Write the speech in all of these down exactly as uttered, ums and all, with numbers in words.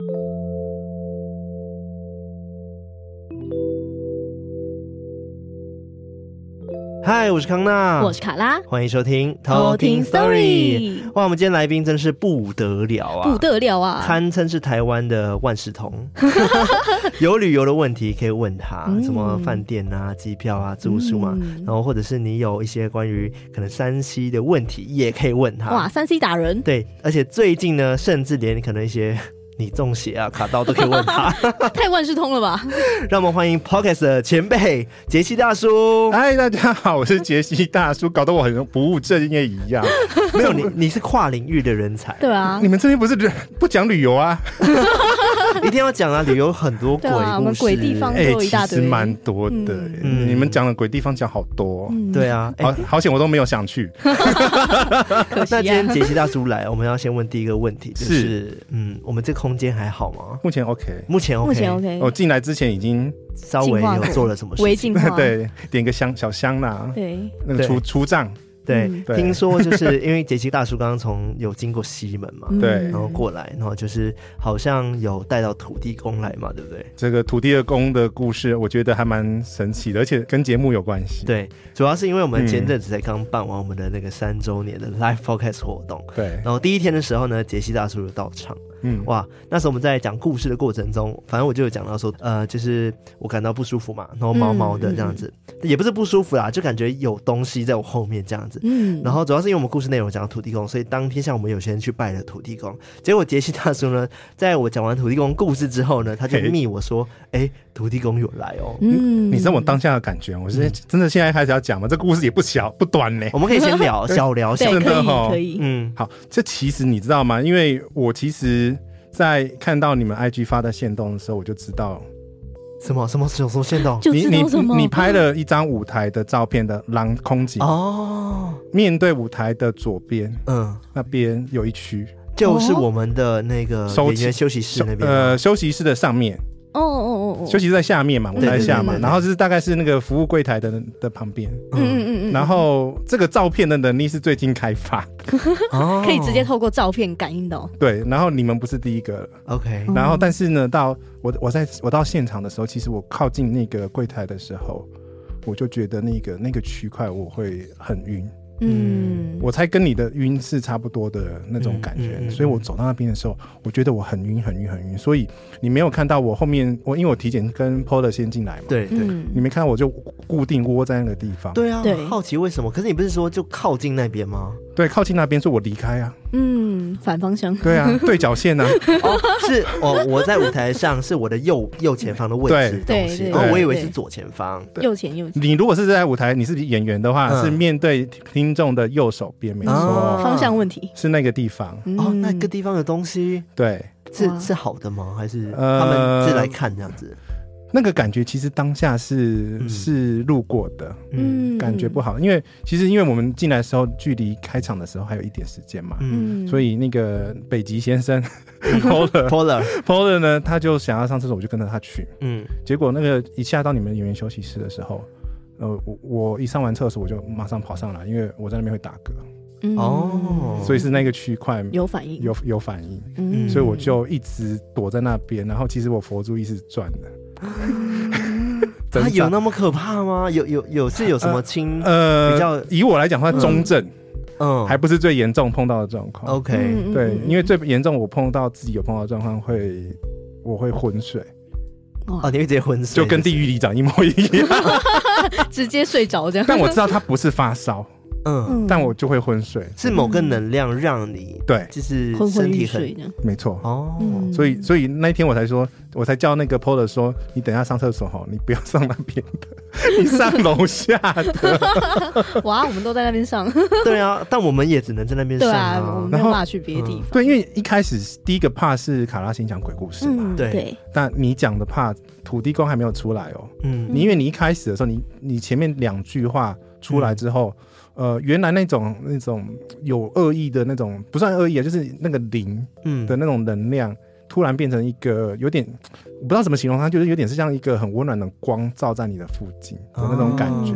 嗨，我是康娜， 我是卡拉， 欢迎收听偷听 Story。 哇，我们今天来宾真是不得了啊， 不得了啊， 堪称是台湾的万事通。有旅游的问题可以问他，嗯、什么饭店啊、机票啊、住宿啊、嗯，然后或者是你有一些关于可能三 C 的问题，也可以问他。 哇，三 C 达人。 对，而且最近呢，甚至连可能一些你中邪啊、卡刀都可以问他。 太万事通了吧。 让我们欢迎 Podcast 的前辈杰西大叔。 嗨，大家好，我是杰西大叔，搞得我很不务正业一样。 没有，你你是跨领域的人才。 对啊， 你们这边不是不讲旅游啊？ 一定要讲啊，旅游很多鬼故事， 啊、我们鬼地方都有一大堆， 欸、其实蛮多的、嗯。你们讲的鬼地方讲好多、 嗯，对啊， 欸、好好险我都没有想去。 那今天杰西大叔来，我们要先问第一个问题，就是，是嗯，我们这空间还好吗？ 目前 OK， 目前 OK， 目前 OK。 我进来之前已经稍微有做了什么事情？ 微净化， 对，点个香小香啦， 对， 那个除除障。 对、嗯，听说就是因为杰西大叔刚刚从有经过西门嘛， 对、 嗯，然后过来，然后就是好像有带到土地公来嘛，对不对？ 这个土地公的故事，我觉得还蛮神奇的，而且跟节目有关系。 对，主要是因为我们前阵子才刚办完我们的那个三周年的 Live Podcast 活动， 对， 然后第一天的时候呢，杰西大叔有到场。嗯，哇，那时候我们在讲故事的过程中，反正我就有讲到说，呃，就是我感到不舒服嘛，然后毛毛的这样子，嗯嗯、也不是不舒服啦，就感觉有东西在我后面这样子。嗯，然后主要是因为我们故事内容讲到土地公，所以当天像我们有些人去拜了土地公，结果杰西大叔呢，在我讲完土地公故事之后呢，他就密我说，哎、欸，土地公有来哦。 嗯，你知道我当下的感觉，我是真的现在开始要讲嘛，这故事也不小不短呢。 我们可以先聊小聊小聊， 真的齁， 可以， 嗯，好，这其实你知道吗？因为我其实。在看到你们 I G 发在限动的时候，我就知道什么什么什么限动， 你你你拍了一张舞台的照片的廊空景哦，面对舞台的左边，嗯，那边有一区， 就是我们的那个演员休息室那边， 呃，休息室的上面。 哦哦哦， 休息室在下面嘛，我在下嘛，然后就是大概是那个服务柜台 的, 的旁边，嗯嗯嗯，然后这个照片的能力是最近开发， 可以直接透过照片感应到。 对，然后你们不是第一个 ，OK， 然后但是呢，到我我在我到现场的时候，其实我靠近那个柜台的时候，我就觉得那个那个区块我会很晕。嗯，我猜跟你的晕是差不多的那种感觉、嗯嗯嗯、所以我走到那边的时候，我觉得我很晕很晕很晕，所以你没有看到我后面，我因为我体检跟 Paul 先进来嘛， 对对、 嗯， 你没看到我就固定窝在那个地方。 对啊，对，好奇为什么？可是你不是说就靠近那边吗？ 对，靠近那边，所以我离开啊。 嗯，反方向。 对啊，对角线啊。 哦，是哦，我在舞台上是我的右右前方的位置的东西，然后我以为是左前方， 右前右前。 你如果是在舞台，你是演员的话，嗯、是面对听众的右手边，没错、哦， 方向问题是那个地方。 嗯、哦，那个地方的东西， 对， 是是好的吗？还是他们是来看这样子？呃那个感觉其实当下是、嗯、是路过的，嗯，感觉不好，因为其实因为我们进来的时候，距离开场的时候还有一点时间嘛，嗯，所以那个北极先生 Polar Polar Polar 呢，他就想要上厕所，我就跟着他去，嗯，结果那个一下到你们演员休息室的时候，呃，我我一上完厕所我就马上跑上来，因为我在那边会打嗝。 嗯、 哦，所以是那个区块有反应， 有有反应，嗯，所以我就一直躲在那边，然后其实我佛珠一直转的。 它有那么可怕吗？有有有是有什么轻呃比较？ 以我来讲，它中症，嗯，还不是最严重碰到的状况。 OK，、 嗯、对，因为最严重我碰到自己有碰到的状况会，我会昏睡。 哦，你会直接昏睡， 就跟地狱里长一模一样， 直接睡着这样。 但我知道它不是发烧。嗯，但我就会昏睡， 是某个能量让你对， 就是身体很没错哦、嗯，所以所以那一天我才说，我才叫那个 Polar 说，你等一下上厕所哈，你不要上那边的，你上楼下的。 哇，我们都在那边上。 对啊，但我们也只能在那边上、啊。 对啊，我们没有办法去别的地方、嗯。 对，因为一开始第一个 part 是卡拉先讲鬼故事嘛， 嗯、对。 但你讲的 part 土地公还没有出来哦，嗯，你因为你一开始的时候，你你前面两句话出来之后。嗯呃，原来那种那种有恶意的那种不算恶意啊，就是那个灵的那种能量，嗯、突然变成一个有点我不知道怎么形容它，就是有点是像一个很温暖的光照在你的附近的那种感觉。哦、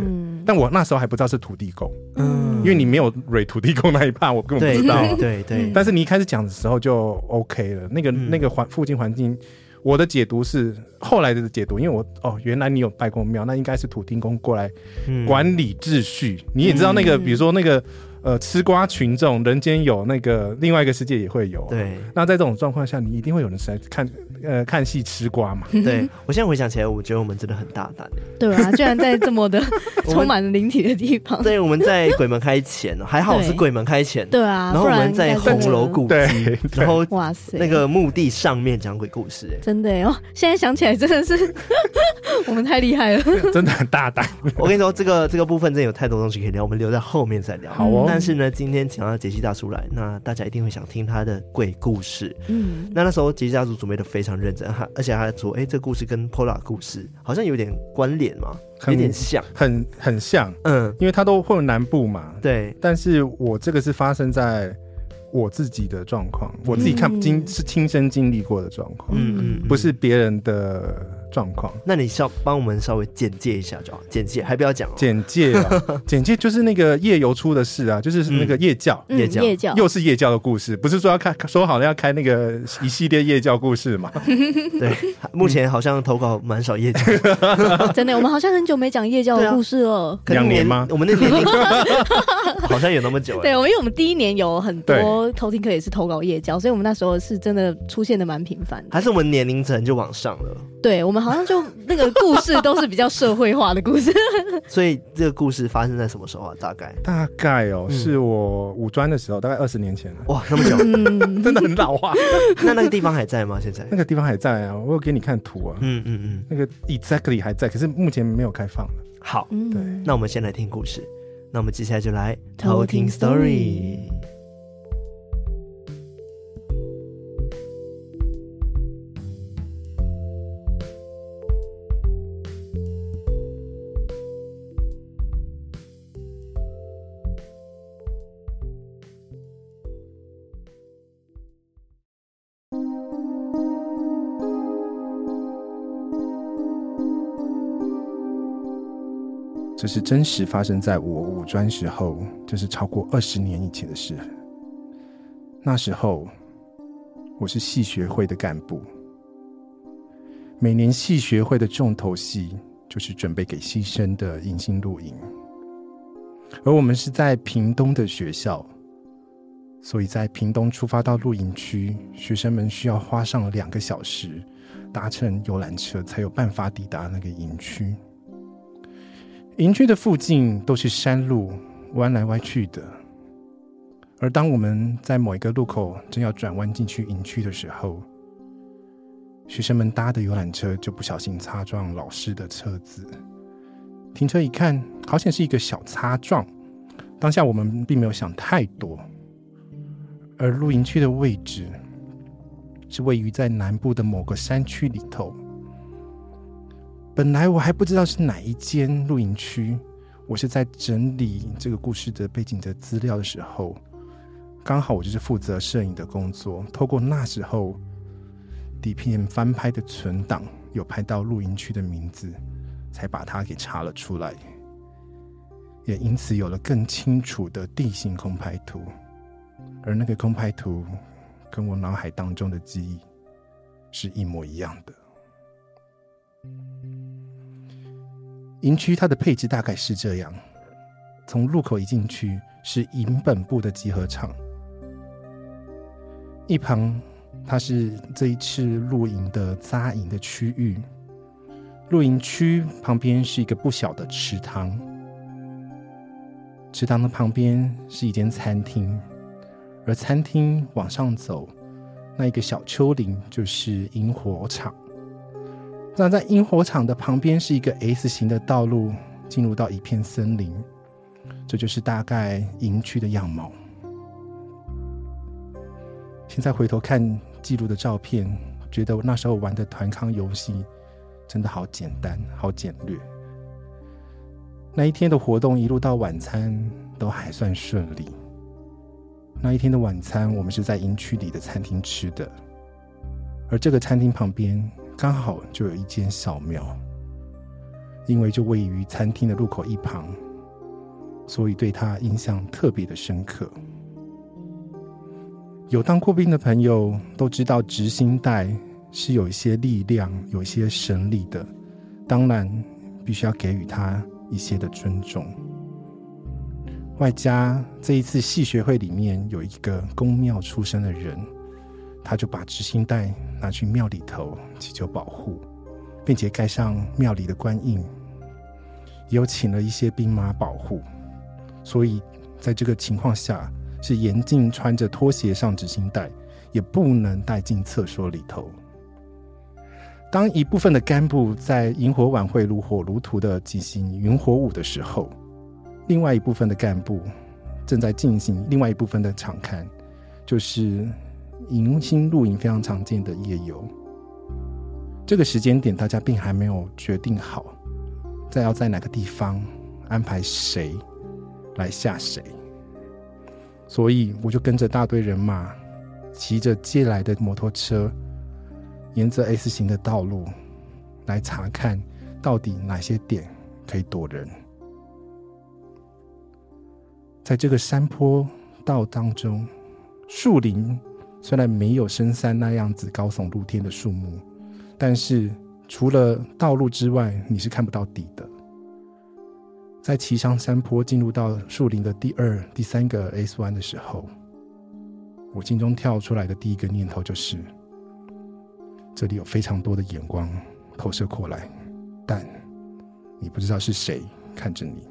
但我那时候还不知道是土地公，嗯，因为你没有蕊土地公那一趴，我根本不知道。 对对 对, 对。 但是你一开始讲的时候就 OK 了，那个、嗯、那个环附近环境，我的解读是后来的解读，因为我哦，原来你有拜过庙，那应该是土地公过来管理秩序。嗯、你也知道那个，嗯、比如说那个。呃，吃瓜群众，人间有那个另外一个世界也会有、啊。对，那在这种状况下，你一定会有人来看呃看戏吃瓜嘛。 对，我现在回想起来，我觉得我们真的很大胆。 对啊，居然在这么的充满灵体的地方。 对，我们在鬼门开前，还好是鬼门开前。 对啊， 然后我们在红楼古迹，然后哇塞， 那个墓地上面讲鬼故事、欸， 真的哦，现在想起来真的是我们太厉害了， 真的很大胆。 我跟你说，这个这个部分真的有太多东西可以聊，我们留在后面再聊。 好哦。 但是呢，今天请到杰西大叔来，那大家一定会想听他的鬼故事。嗯，那那时候杰西大叔准备的非常认真，而且他还说，哎、欸，这个故事跟 Pola 故事好像有点关联嘛，有点像， 很很像。嗯，因为他都会有南部嘛。对，但是我这个是发生在我自己的状况，我自己看经、嗯、是亲身经历过的状况，嗯嗯，不是别人的状况。 那你稍帮我们稍微简介一下就好，简介还不要讲、哦。 简介啊，简介就是那个夜游出的事啊，就是那个夜教， 嗯、夜教，夜教又是夜教的故事，不是说要开说好了要开那个一系列夜教故事嘛？ 对，目前好像投稿蛮少夜教， 真的，我们好像很久没讲夜教的故事了， 两、啊、年吗？ 我们那年龄好像有那么久、欸。 对，因为我们第一年有很多偷听客也是投稿夜教，所以我们那时候是真的出现的蛮频繁的。 还是我们年龄层就往上了？ 对，我们好像就那个故事都是比较社会化的故事。 所以这个故事发生在什么时候啊？大概大概哦，嗯、是我五专的时候，大概二十年前了。 哇，那么久， 嗯、 真的很老啊。 那那个地方还在吗？现在那个地方还在啊，我有给你看图啊。嗯嗯嗯，那个 exactly 还在，可是目前没有开放了。 好，对，那我们先来听故事。那我们接下来就来偷听 story。 这是真实发生在我五专时候，这是超过二十年以前的事。那时候我是系学会的干部，每年系学会的重头戏就是准备给新生的迎新露营，而我们是在屏东的学校，所以在屏东出发到露营区，学生们需要花上两个小时搭乘游览车才有办法抵达那个营区。营区的附近都是山路，弯来弯去的，而当我们在某一个路口正要转弯进去营区的时候，学生们搭的游览车就不小心擦撞老师的车子。停车一看，好像是一个小擦撞，当下我们并没有想太多。而露营区的位置是位于在南部的某个山区里头，本来我还不知道是哪一间露营区，我是在整理这个故事的背景的资料的时候，刚好我就是负责摄影的工作，透过那时候底片翻拍的存档有拍到露营区的名字，才把它给查了出来，也因此有了更清楚的地形空拍图。而那个空拍图跟我脑海当中的记忆是一模一样的。营区它的配置大概是这样，从入口一进去是营本部的集合场，一旁它是这一次露营的扎营的区域，露营区旁边是一个不小的池塘，池塘的旁边是一间餐厅，而餐厅往上走，那一个小丘陵就是萤火场。那在萤火场的旁边是一个 S 型的道路，进入到一片森林，这就是大概营区的样貌。现在回头看记录的照片，觉得我那时候玩的团康游戏真的好简单，好简略。那一天的活动一路到晚餐都还算顺利。那一天的晚餐我们是在营区里的餐厅吃的，而这个餐厅旁边刚好就有一间小庙，因为就位于餐厅的入口一旁， 所以对他印象特别的深刻。有当过兵的朋友都知道，执行带是有一些力量，有一些神力的，当然必须要给予他一些的尊重。外加这一次系学会里面有一个宫庙出身的人，他就把执行带拿去庙里头祈求保护，并且盖上庙里的官印，也有请了一些兵马保护。所以在这个情况下，是严禁穿着拖鞋上执行带，也不能带进厕所里头。当一部分的干部在萤火晚会如火如荼的进行云火舞的时候，另外一部分的干部正在进行另外一部分的场勘，就是迎新露营非常常见的夜游。这个时间点大家并还没有决定好再要在哪个地方安排谁来下谁，所以我就跟着大队人马，骑着借来的摩托车，沿着 S 型的道路来查看到底哪些点可以躲人。在这个山坡道当中，树林虽然没有深山那样子高耸露天的树木，但是除了道路之外，你是看不到底的。在骑上山坡进入到树林的第二、第三个 S 弯的时候，我心中跳出来的第一个念头就是，这里有非常多的眼光投射过来，但你不知道是谁看着你。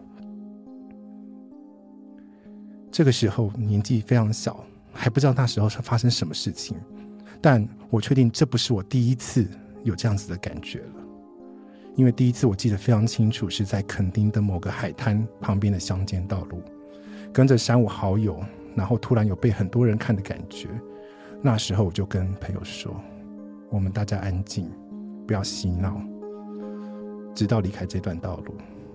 这个时候年纪非常小，还不知道那时候是发生什么事情，但我确定这不是我第一次有这样子的感觉了。因为第一次我记得非常清楚，是在垦丁的某个海滩旁边的乡间道路，跟着三五好友，然后突然有被很多人看的感觉。那时候我就跟朋友说，我们大家安静，不要嬉闹，直到离开这段道路。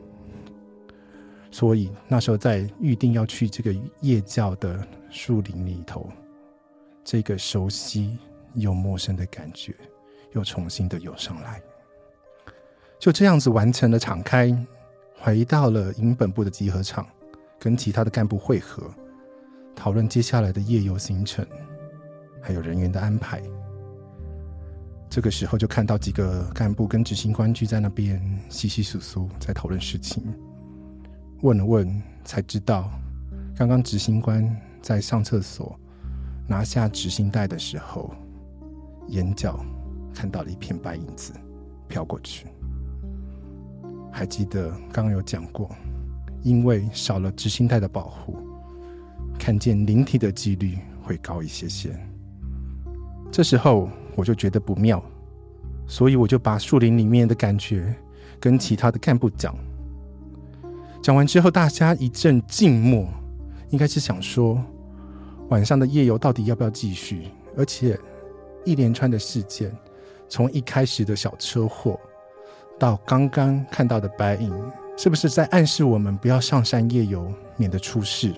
所以那时候在预定要去这个夜教的树林里头，这个熟悉又陌生的感觉又重新的涌上来。就这样子完成了敞开，回到了营本部的集合场，跟其他的干部会合，讨论接下来的夜游行程，还有人员的安排。这个时候就看到几个干部跟执行官聚在那边稀稀疏疏在讨论事情，问了问才知道，刚刚执行官在上厕所拿下执行带的时候，眼角看到了一片白影子飘过去。还记得刚刚有讲过，因为少了执行带的保护，看见灵体的几率会高一些些。这时候我就觉得不妙，所以我就把树林里面的感觉跟其他的干部讲。讲完之后大家一阵静默，应该是想说晚上的夜游到底要不要继续，而且一连串的事件，从一开始的小车祸到刚刚看到的白影，是不是在暗示我们不要上山夜游，免得出事？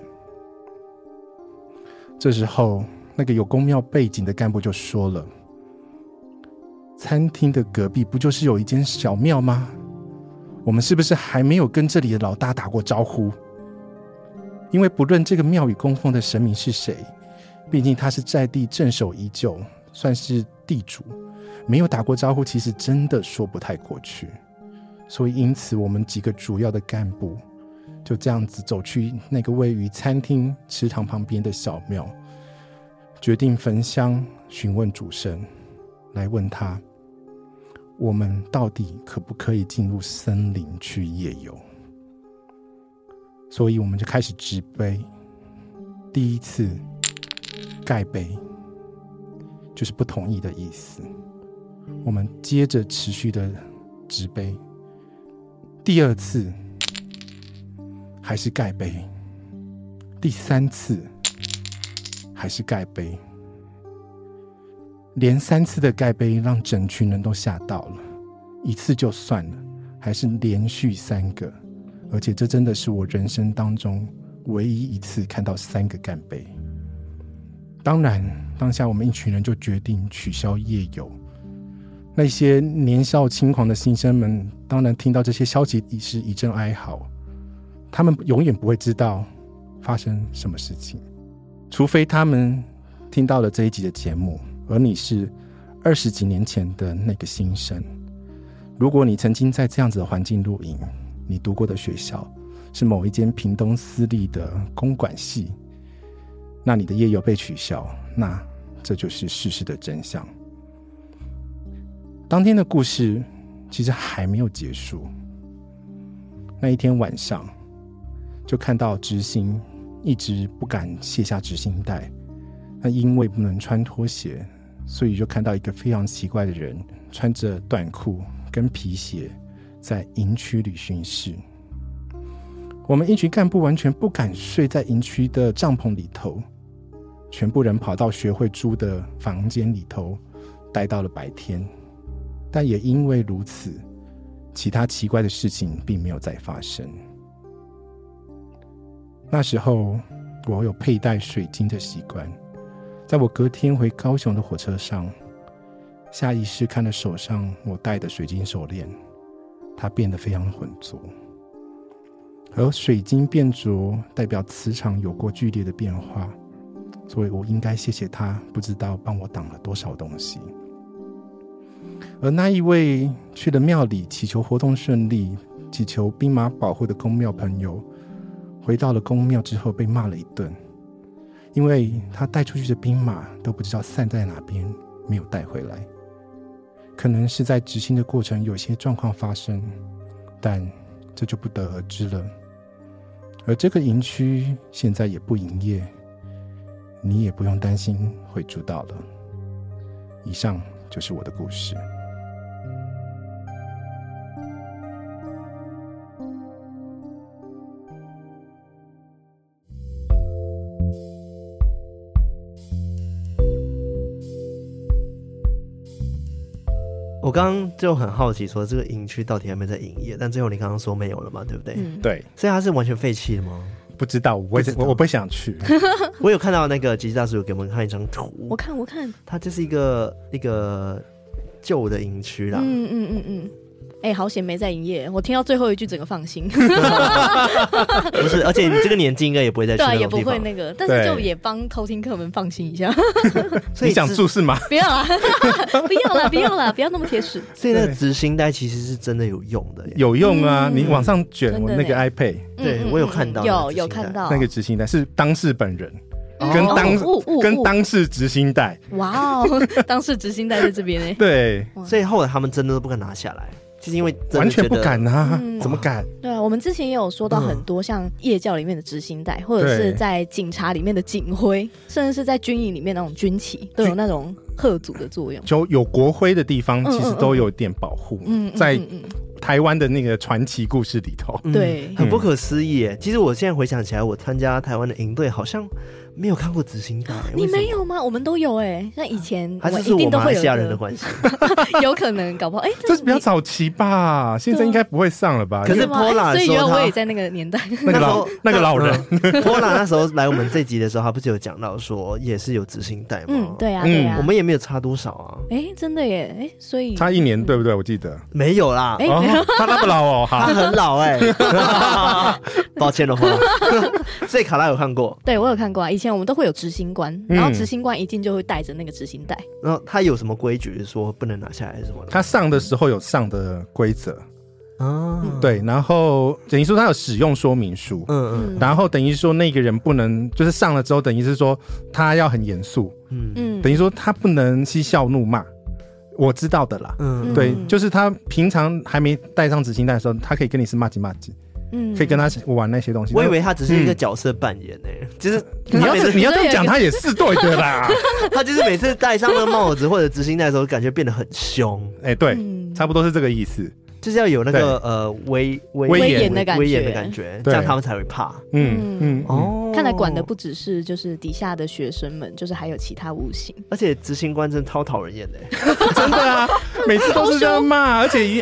这时候那个有宫庙背景的干部就说了，餐厅的隔壁不就是有一间小庙吗？我们是不是还没有跟这里的老大打过招呼？因为不论这个庙宇供奉的神明是谁，毕竟他是在地镇守已久，算是地主，没有打过招呼其实真的说不太过去。所以因此我们几个主要的干部就这样子走去那个位于餐厅池塘旁边的小庙，决定焚香询问主神，来问他我们到底可不可以进入森林去夜游。所以我们就开始植碑，第一次盖碑就是不同意的意思，我们接着持续的植碑，第二次还是盖碑，第三次还是盖碑，连三次的盖碑让整群人都吓到了，一次就算了，还是连续三个，而且这真的是我人生当中唯一一次看到三个盖碑。当然当下我们一群人就决定取消夜游，那些年少轻狂的新生们当然听到这些消息是一阵哀嚎， 他们永远不会知道发生什么事情，除非他们听到了这一集的节目，而你是二十几年前的那个新生。如果你曾经在这样子的环境露营，你读过的学校是某一间屏东私立的公管系，那你的夜游被取消，那这就是事实的真相。当天的故事其实还没有结束。那一天晚上就看到执行一直不敢卸下执行带，那因为不能穿拖鞋，所以就看到一个非常奇怪的人穿着短裤跟皮鞋在营区里巡视。我们一群干部完全不敢睡在营区的帐篷里头，全部人跑到学会租的房间里头待到了白天。但也因为如此，其他奇怪的事情并没有再发生。那时候我有佩戴水晶的习惯，在我隔天回高雄的火车上，下意识看了手上我戴的水晶手链，它变得非常浑浊，而水晶变浊代表磁场有过剧烈的变化，所以我应该谢谢它，不知道帮我挡了多少东西。而那一位去了庙里祈求活动顺利，祈求兵马保护的宫庙朋友，回到了宫庙之后被骂了一顿，因为他带出去的兵马都不知道散在哪边，没有带回来。可能是在执行的过程有些状况发生，但这就不得而知了。而这个营区现在也不营业，你也不用担心会住到了。以上就是我的故事。 我刚刚就很好奇说这个营区到底还没在营业，但最后你刚刚说没有了嘛，对不对？ 嗯， 对， 所以它是完全废弃的吗？ 不知道，我不我我不想去。 我有看到那个吉吉大叔有给我们看一张图， 我看我看， 它就是一个一个旧的营区啦。 嗯嗯嗯嗯。哎、欸，好险没在营业！我听到最后一句，整个放心。 不是，而且你这个年纪应该也不会再去那种地方， 对，也不会那个，但是就也帮偷听客们放心一下。 所以你想住是吗？ 不要啦，不要啦，不要啦，不要那么铁齿。 所以那个执行带其实是真的有用的耶， 有用啊！嗯、你往上卷，我那个 iPad， 对、嗯、我有看到， 有有看到那个执行带是当事本人。跟当、哦哦、跟当事执行带， 哇哦，当事执行带在这边呢。 对， 所以后来他们真的都不敢拿下来。就是因为完全不敢啊、嗯，怎么敢？ 对啊，我们之前也有说到很多像夜教里面的执行带、嗯，或者是在警察里面的警徽，甚至是在军营里面那种军旗，都有那种吓阻的作用。 就有国徽的地方，其实都有点保护。嗯，在台湾的那个传奇故事里头， 嗯、对、 嗯，很不可思议耶。其实我现在回想起来，我参加台湾的营队好像没有看过执行带。 你没有吗？我们都有哎，像以前还是是我马来西亚人的关系， 有可能搞不好哎， 这是比较早期吧，现在应该不会上了吧？ 可是 Pola 所以原来我也在那个年代， 那个老那个老人 Pola 那时候来我们这集的时候，他不是有讲到说也是有执行带吗？ 嗯，对啊，对啊， 我们也没有差多少啊。 哎，真的耶，哎，所以差一年对不对？我记得没有啦， 哎， 他那么老哦， 他很老哎，抱歉了，Pola。所以卡拉有看过？ 对，我有看过啊。以前我们都会有执行官，然后执行官一进就会带着那个执行带。 然后他有什么规矩，说不能拿下来是什么？ 他上的时候有上的规则。 啊、嗯， 对，然后等于说他有使用说明书，嗯嗯，然后等于说那个人不能，就是上了之后，等于是说他要很严肃，嗯嗯，等于说他不能嬉笑怒骂，我知道的啦，嗯，对，就是他平常还没带上执行带的时候，他可以跟你是骂鸡骂鸡。嗯，可以跟他玩那些东西。 我以为他只是一个角色扮演呢、欸嗯，就是你要你要这样讲，他也是对的啦。 他就是每次戴上那个帽子或者执行带的时候，感觉变得很凶。 哎、欸，对、嗯，差不多是这个意思。 就是要有那个呃威威威严的感觉， 威严的感觉，这样他们才会怕。 嗯嗯哦，看来管的不只是就是底下的学生们，就是还有其他无形。 而且执行官真的超讨人厌的， 真的啊，每次都是这样骂，而且一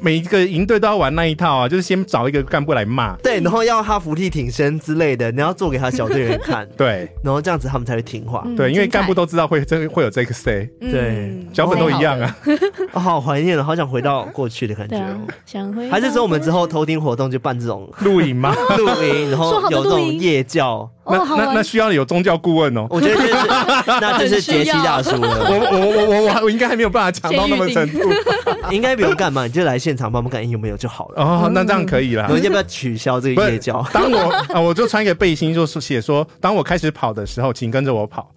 每一个营队都要玩那一套啊，就是先找一个干部来骂， 对，然后要他伏地挺身之类的，你要做给他小队员看， 对， 然后这样子他们才会听话， 嗯、 对，因为干部都知道会这会有这个 say， 对， 脚本都一样啊， 哦，好怀念了，好想回到过去的感觉、哦啊、想回还是说我们之后偷听活动就办这种露营吗？ 露营，然后有这种夜教。 那那那需要有宗教顾问哦。 我觉得就是那就是杰西大叔了。 我我我我我我应该还没有办法强到那么程度。 应该不用干嘛，你就来现场帮我们感应有没有就好了。 哦，那这样可以啦。 我们要不要取消这个夜教？ 当我啊，我就穿一个背心，就写说，当我开始跑的时候，请跟着我跑。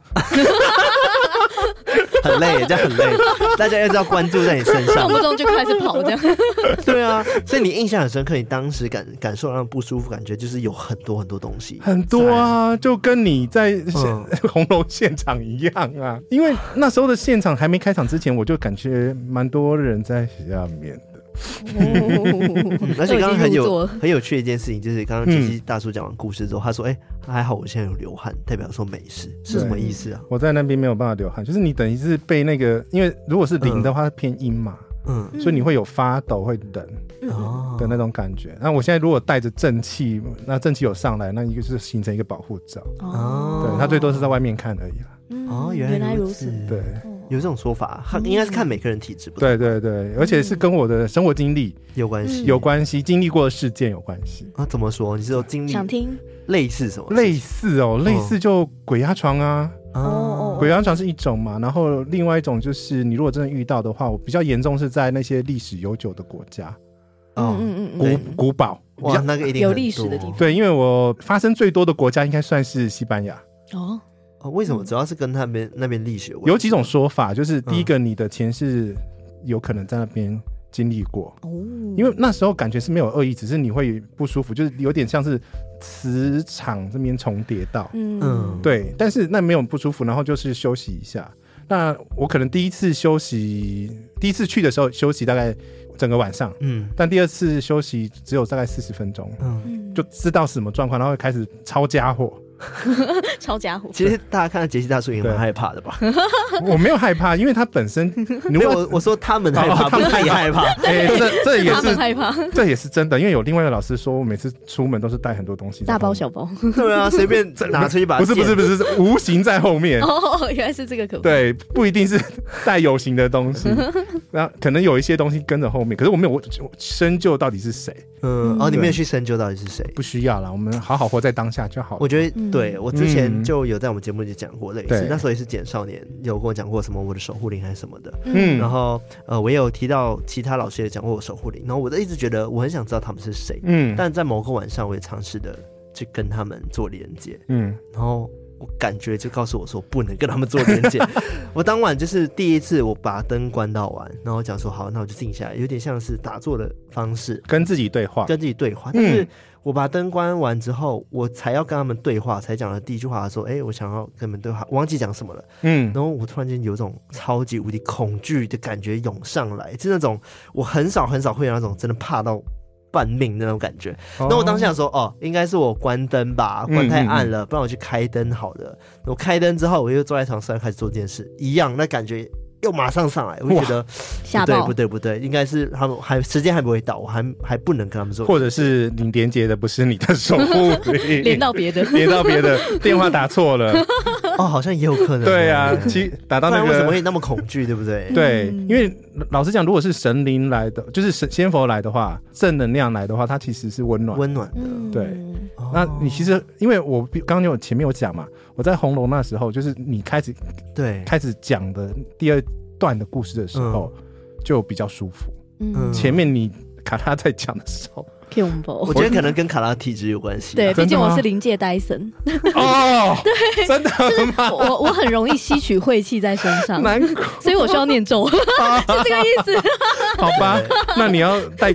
很累，这样很累，大家要知道关注在你身上， 动不动就开始跑这样。 对啊，所以你印象很深刻，你当时感感受到不舒服，感觉就是有很多很多东西， 很多啊，就跟你在、嗯、红楼现场一样啊。因为那时候的现场还没开场之前，我就感觉蛮多人在下面的。 嗯、而且刚刚很有很有趣的一件事情，就是刚刚杰西大叔讲完故事之后，他说：“哎、欸，还好我现在有流汗，代表说没事，是什么意思啊？” 我在那边没有办法流汗，就是你等于是被那个，因为如果是零的话，它偏阴嘛，嗯，所以你会有发抖、会冷的那种感觉。那我现在如果带着正气，那正气有上来，那一个是形成一个保护罩，哦，对，它最多是在外面看而已啦。 哦，原来如此， 对。 有这种说法，应该是看每个人体质不同。 对对对，而且是跟我的生活经历有关系， 有关系，经历过的事件有关系啊？怎么说？你是有经历？ 想听类似什么？ 类似哦，类似就鬼压床啊。哦，鬼压床是一种嘛，然后另外一种就是你如果真的遇到的话，我比较严重是在那些历史悠久的国家。 哦，嗯嗯嗯，古古堡， 哇，那个一定有历史的地方。 对，因为我发生最多的国家应该算是西班牙。 哦。哦，为什么？主要是跟那边那边历史有关系。 有几种说法，就是第一个，你的前世有可能在那边经历过，哦，因为那时候感觉是没有恶意，只是你会不舒服，就是有点像是磁场这边重叠到，嗯，对。但是那没有不舒服，然后就是休息一下。那我可能第一次休息，第一次去的时候休息大概整个晚上，嗯，但第二次休息只有大概四十分钟，嗯，就知道是什么状况，然后开始抄家伙。 抄家伙， 其实大家看到杰西大叔也蛮害怕的吧？ 我没有害怕，因为他本身， 没有，我说他们害怕，不是他也害怕。 哎，这这也是害怕， 这也是真的，因为有另外一个老师说，我每次出门都是带很多东西， 大包小包。 对啊，随便拿出一把， 不是不是不是，无形在后面。 哦，原来是这个可怕。 对，不一定是带有形的东西，那可能有一些东西跟着后面，可是我没有深究到底是谁。 嗯，哦，你没有去深究到底是谁？ 不需要啦，我们好好活在当下就好了。 我觉得。对，我之前就有在我们节目里讲过类似，那时候也是简少年有跟我讲过什么我的守护灵还是什么的，嗯，然后呃我也有提到其他老师也讲过我守护灵，然后我就一直觉得我很想知道他们是谁，嗯，但在某个晚上我也尝试的去跟他们做连接，嗯，然后我感觉就告诉我说不能跟他们做连接。我当晚就是第一次我把灯关到完，然后讲说好，那我就静下来，有点像是打坐的方式， 跟自己对话， 跟自己对话，但是。嗯，我把灯关完之后，我才要跟他们对话，才讲了第一句话说：“哎、欸，我想要跟你们对话。”我忘记讲什么了。嗯，然后我突然间有种超级无敌恐惧的感觉涌上来，是那种我很少很少会有那种真的怕到半命的那种感觉。那、哦、我当时想说：“哦，应该是我关灯吧，关太暗了，嗯嗯嗯不然我去开灯好了。”我开灯之后，我又坐在床上开始做这件事，一样那感觉。又马上上来，我就觉得不对不对不对，应该是他们还时间还不会到，我还还不能跟他们说， 或者是你连接的不是你的守护灵， 连到别的， 连到别的电话打错了， 哦，好像也有可能。 对啊，其实打到那个为什么会那么恐惧，对不对？ 对，因为老实讲，如果是神灵来的，就是神仙佛来的话，正能量来的话，它其实是温暖温暖的。 对，哦、那你其实因为我刚刚有前面有讲嘛，我在红楼那时候，就是你开始对开始讲的第二段的故事的时候，嗯、就比较舒服。嗯，前面你卡拉在讲的时候。 我觉得可能跟卡拉体质有关系、啊。 对，毕竟我是临界戴森。 哦， 对， 真的吗？ 我我很容易吸取晦气在身上，所以我需要念咒，是这个意思。 好吧，那你要带个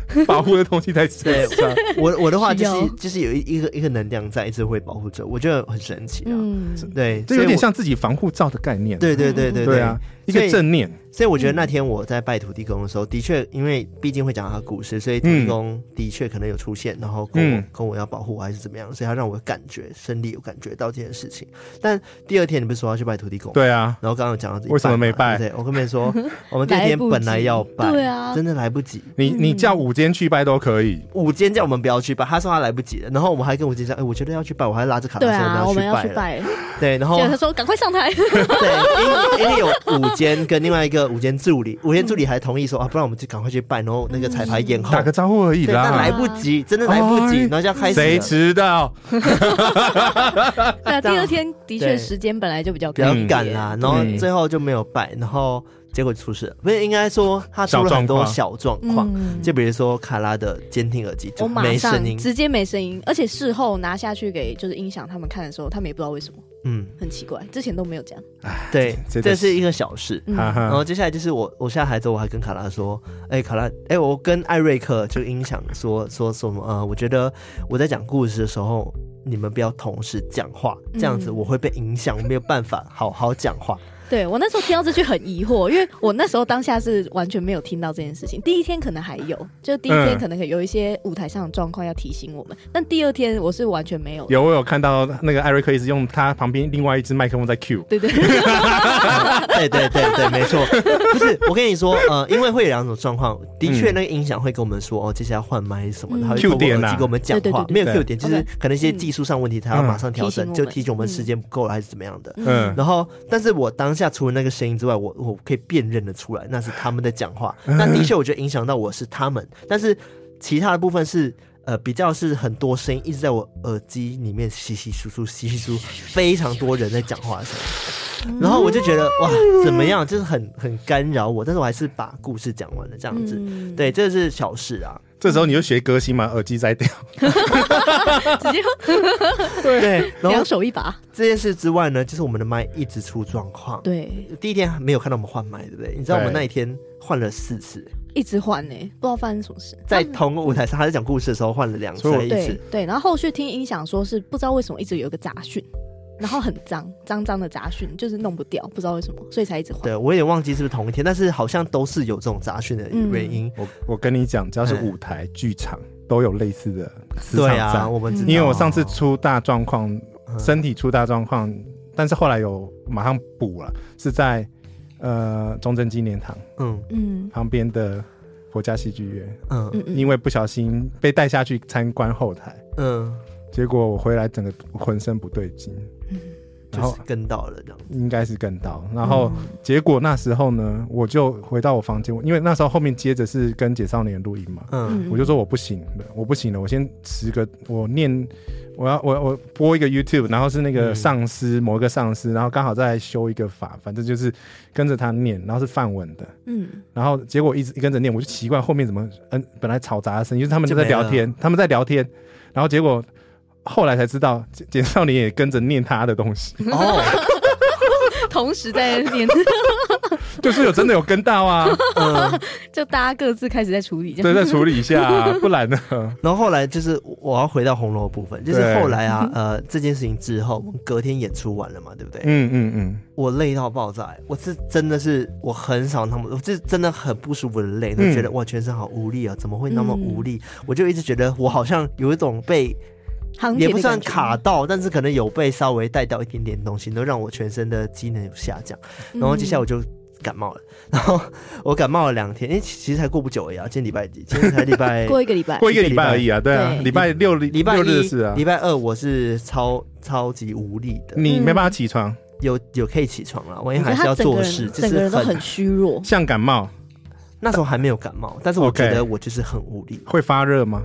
保护的东西在身上。 我我的话就是就是有一个一个能量在一直会保护着，我觉得很神奇啊。嗯，对， 这有点像自己防护罩的概念。 对对对对对, 对啊，一个正念。 所以我觉得那天我在拜土地公的时候，的确，因为毕竟会讲他的故事，所以土地公的确可能有出现，然后跟我、嗯、跟我要保护我还是怎么样，所以他让我感觉生理有感觉到这件事情。但第二天你不是说要去拜土地公？ 对啊。 然后刚刚有讲到自己为什么没拜？ 对，我跟别人说，我们这天本来要拜， 对啊， 真的来不及。 你你叫午间去拜都可以， 午间叫我们不要去拜，他说他来不及了。然后我们还跟午间说，哎、欸，我觉得要去拜，我还拉着卡拉说、 啊、 我们要去拜了。对，然后他说赶快上台。 对，因为因为有午间跟另外一个午间助理。午间助理还同意说啊，不然我们就赶快去拜，然后那个彩排延后， 打个招呼而已啦。 但来不及，真的来不及，然后就要开始了。 谁知道？ 那第二天的确时间本来就比较比较赶啦，然后最后就没有拜，然后结果出事了。不是，应该说他出了很多小状况，就比如说卡拉的监听耳机就没声音， 直接没声音，而且事后拿下去给就是音响他们看的时候，他们也不知道为什么。嗯，很奇怪，之前都没有这样。 对，这是一个小事。嗯、然后接下来就是我，我下台之后，我还跟卡拉说：“哎、欸，卡拉，哎、欸，我跟艾瑞克就音响说说什么？呃，我觉得我在讲故事的时候，你们不要同时讲话，这样子我会被影响，我没有办法好好讲话。” 对，我那时候听到这句很疑惑，因为我那时候当下是完全没有听到这件事情。第一天可能还有，就第一天可能有一些舞台上的状况要提醒我们，嗯、但第二天我是完全没有。 有，我有看到那个艾瑞克一直用他旁边另外一支麦克风在 Q。 对对对对对对，没错。不是，我跟你说，呃，因为会有两种状况，的确那个音响会跟我们说，哦，接下来换麦什么的，他会透过耳机跟我们讲话，没有 Q 点，就是可能一些技术上问题，他要马上调整，嗯、就提醒我们时间不够了，还是怎么样的。嗯。然后，但是我当下除了那个声音之外，我我可以辨认得出来，那是他们的讲话。那的确，我觉得影响到我是他们，但是其他的部分是呃比较是很多声音一直在我耳机里面稀稀疏疏、稀稀疏，非常多人在讲话的声音。然后我就觉得哇，怎么样，就是很很干扰我，但是我还是把故事讲完了，这样子。嗯、对，这是小事啊。 这时候你就学歌星嘛，耳机摘掉， 直接对， 两手一把。 这件事之外呢，就是我们的麦一直出状况。 对， 第一天没有看到我们换麦，对不对？你知道我们那一天换了四次， 一直换呢、欸，不知道发生什么事。 在同个舞台上，他在讲故事的时候换了两次，一次。 对对，然后后续听音响说是不知道为什么一直有一个杂讯。然后很脏，脏脏的杂讯，就是弄不掉，不知道为什么，所以才一直换。 对，我有点忘记是不是同一天，但是好像都是有这种杂讯的原因。 嗯、我我跟你讲，只要是舞台、嗯、剧场都有类似的磁场。 对啊，我们知道。 因为我上次出大状况，嗯、身体出大状况，但是后来有马上补了，是在呃中正纪念堂，嗯嗯旁边的国家戏剧院，嗯，因为不小心被带下去参观后台，嗯。结果我回来整个浑身不对劲， 嗯，然后就是跟到了这样， 应该是跟到。然后结果那时候呢，我就回到我房间，因为那时候后面接着是跟解少年录音嘛，嗯，我就说我不行了，我不行了，我先持个我念，我要我我播一个 YouTube， 然后是那个上师、嗯、某一个上师，然后刚好在修一个法，反正就是跟着他念，然后是梵文的，嗯，然后结果一直跟着念，我就奇怪后面怎么嗯本来嘈杂的声音，就是他们就在聊天，他们在聊天，然后结果。后来才知道，简少年也跟着念他的东西哦， 同时在念， 就是有真的有跟到啊， 嗯，就大家各自开始在处理， 对，再处理一下、啊，不然呢？ 然后后来就是我要回到红楼的部分，就是后来啊，呃，这件事情之后，我们隔天演出完了嘛，对不对？嗯嗯嗯，我累到爆炸，我是真的是我很少那么，我是真的很不舒服的累，就觉得、嗯、哇，全身好无力啊，怎么会那么无力？嗯、我就一直觉得我好像有一种被。也不算卡到，但是可能有被稍微带到一点点东西，都让我全身的机能有下降。然后接下来我就感冒了，然后我感冒了两天，因为其实才过不久而已啊，今天礼拜几？今天才礼拜过一个礼拜， 过一个礼拜而已啊，对啊，礼拜六礼拜六日的事啊， 礼拜二我是超超级无力的， 你没办法起床， 有有可以起床了，我因为还是要做事，就是整个人都很虚弱， 像感冒。 那时候还没有感冒，但是我觉得我就是很无力。 会发热吗？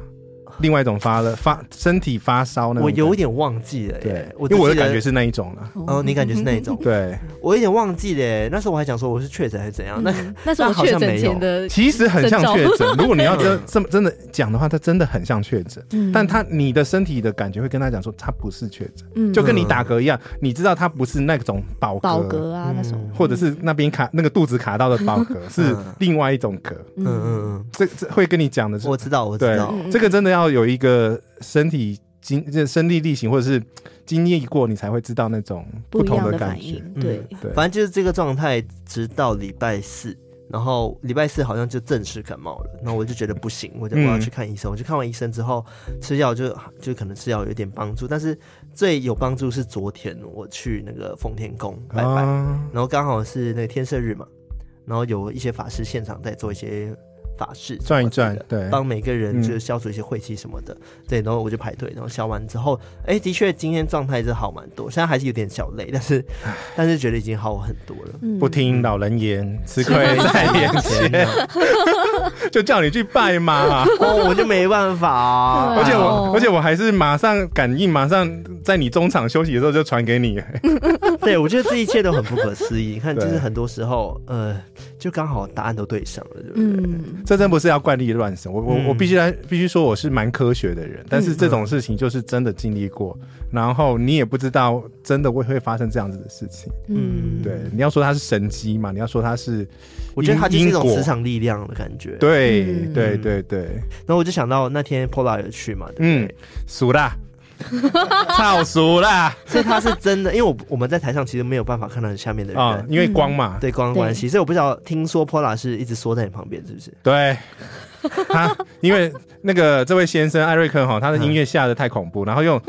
另外一种发了发身体发烧那种， 我有一点忘记了耶。 对， 我因为我的感觉是那一种了。 哦，你感觉是那一种？ 对， 我有点忘记了耶。那时候我还讲说我是确诊还是怎样，那那是我确诊前的， 其实很像确诊。如果你要真这么真的讲的话，它真的很像确诊。嗯，但他你的身体的感觉会跟他讲说，他不是确诊，嗯，就跟你打嗝一样，你知道他不是那种饱嗝饱嗝啊那种， 或者是那边卡那个肚子卡到的饱嗝，是另外一种嗝。嗯嗯嗯，这这会跟你讲的是， 我知道我知道， 这个真的要有一个身体经这身历力行或者是经历过，你才会知道那种不同的感觉。 对对，反正就是这个状态，直到礼拜四。然后礼拜四好像就正式感冒了，然后我就觉得不行，我就我要去看医生。嗯、我去看完医生之后，吃药就就可能吃药有点帮助，但是最有帮助是昨天我去那个奉天宫拜拜，啊、然后刚好是那个天赦日嘛，然后有一些法师现场在做一些法事转一转，对， 帮每个人就是消除一些晦气什么的，嗯、对，然后我就排队，然后消完之后，哎，的确今天状态是好蛮多，现在还是有点小累，但是但是觉得已经好很多了。 嗯、不听老人言，吃亏在眼前，就叫你去拜嘛， 哦，我就没办法、啊， 而且我而且我还是马上感应，马上在你中场休息的时候就传给你。 对，我觉得这一切都很不可思议。你看，就是很多时候，呃，就刚好答案都对上了，对不对？嗯， 这真不是要怪力乱神，我我、嗯、我必须来必须说我是蛮科学的人，但是这种事情就是真的经历过，然后你也不知道真的会会发生这样子的事情。嗯，对，你要说它是神机嘛，你要说它是， 我觉得它就是一种磁场力量的感觉。 对、嗯、对对对。 然后我就想到那天 Pola 有去嘛，对不对？ 嗯，熟啦。超熟啦！ 所以他是真的，因为我我们在台上其实没有办法看到下面的人，哦、 因为光嘛， 嗯、对光的关系，所以我不知道。听说 Pola 是一直缩在你旁边，是不是？ 对，他因为那个这位先生艾瑞克哈，他的音乐下的太恐怖，然后用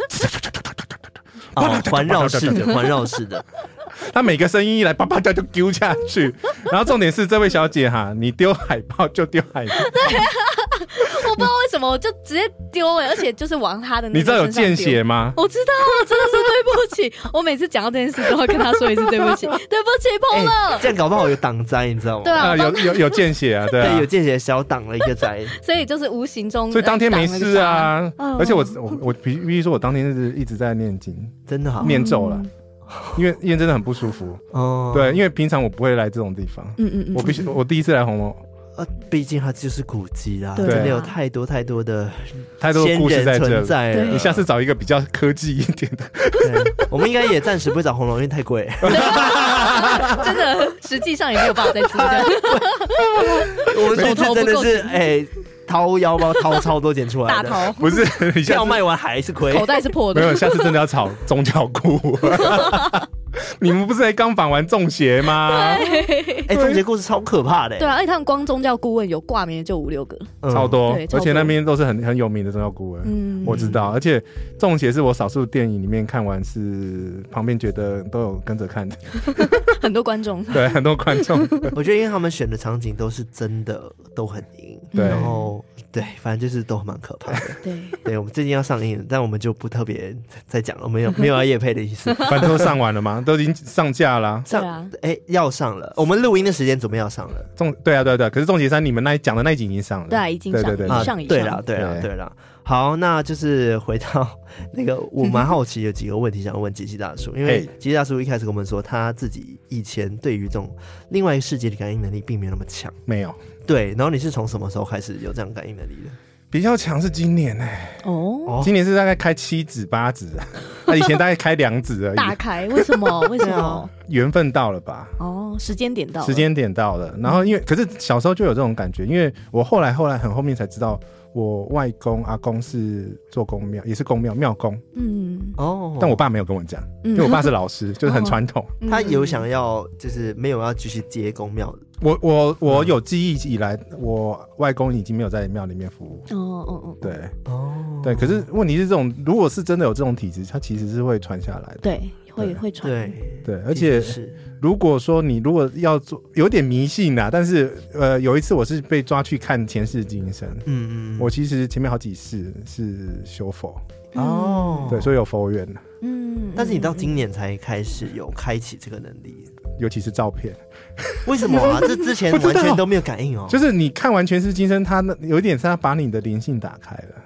环绕式的，环绕式的。 他每个声音一来，叭叭就丢下去。然后重点是，这位小姐哈，你丢海报就丢海报。 对啊，我不知道为什么，我就直接丢哎，而且就是往他的那个。 你知道有见血吗？ 我知道，真的是对不起。我每次讲到这件事，都会跟他说一次对不起，对不起，碰了、 欸。这样搞不好有挡灾，你知道吗？ 对啊， 啊有有有见血啊，对啊， 对，有见血小挡了一个灾。 所以就是无形中， 所以当天没事啊。而且我我我必须说，我当天是一直在念经， 真的好念咒了。因为因为真的很不舒服哦，对，因为平常我不会来这种地方，嗯嗯嗯，我必须我第一次来红楼， 呃，毕竟它就是古迹啦，真的有太多太多的太多故事在这里。 你下次找一个比较科技一点的， 我们应该也暂时不会找红楼，因为太贵， 真的，实际上也没有办法再租的。 我们这次真的是哎。掏腰包掏超多钱出来的， 大掏不是你票卖完还是亏， 口袋是破的。 没有，下次真的要炒宗教故。你们不是才刚访完中邪吗？ 哎，中邪故事超可怕的。 对啊，而且他们光宗教顾问有挂名就五六个， 嗯、超多，而且那边都是很很有名的宗教顾问。嗯，我知道，而且中邪是我少数电影里面看完是旁边觉得都有跟着看的， 很多观众， 对，很多观众。 我觉得因为他们选的场景都是真的都很阴，对，然后。对，反正就是都蛮可怕的。 对， 对，我们最近要上映了，但我们就不特别再讲了，我们有没有要业配的意思？ 反正都上完了吗？都已经上架了、啊。 上，哎、欸，要上了。我们录音的时间准备要上了。 重，对啊，对啊对啊。可是终结三你们那讲的那一集已经上了。 对啊，已经上了。 对对对， 啊、上一对啦，对啦，对啦。好，那就是回到那个，我蛮好奇有几个问题想问杰西大叔，因为杰西大叔一开始跟我们说，他自己以前对于这种另外一个世界的感应能力并没有那么强。 没有。 对，然后你是从什么时候开始有这样感应能力的？ 比较强是今年哎、欸，哦，今年是大概开七指八指啊，他以前大概开两指而已。 大开？为什么？为什么？ 缘分到了吧？ 哦，时间点到了， 时间点到了。然后因为，可是小时候就有这种感觉，因为我后来后来很后面才知道，我外公阿公是做公庙，也是公庙庙公。嗯，哦，但我爸没有跟我讲，因为我爸是老师，就是很传统。 他有想要，就是没有要继续接公庙的。 我我我有记忆以来，我外公已经没有在庙里面服务。哦哦哦，对，哦对。可是问题是，这种如果是真的有这种体质，它其实是会传下来的。 对，会会传。 对对，而且如果说你如果要做有点迷信啦，但是呃，有一次我是被抓去看前世今生。嗯嗯。我其实前面好几世是修佛。哦。对，所以有佛缘。 嗯。但是你到今年才开始有开启这个能力。 尤其是照片， 为什么啊？这之前完全都没有感应哦。 就是你看完《前世今生》，它有一点是它把你的灵性打开了。嗯，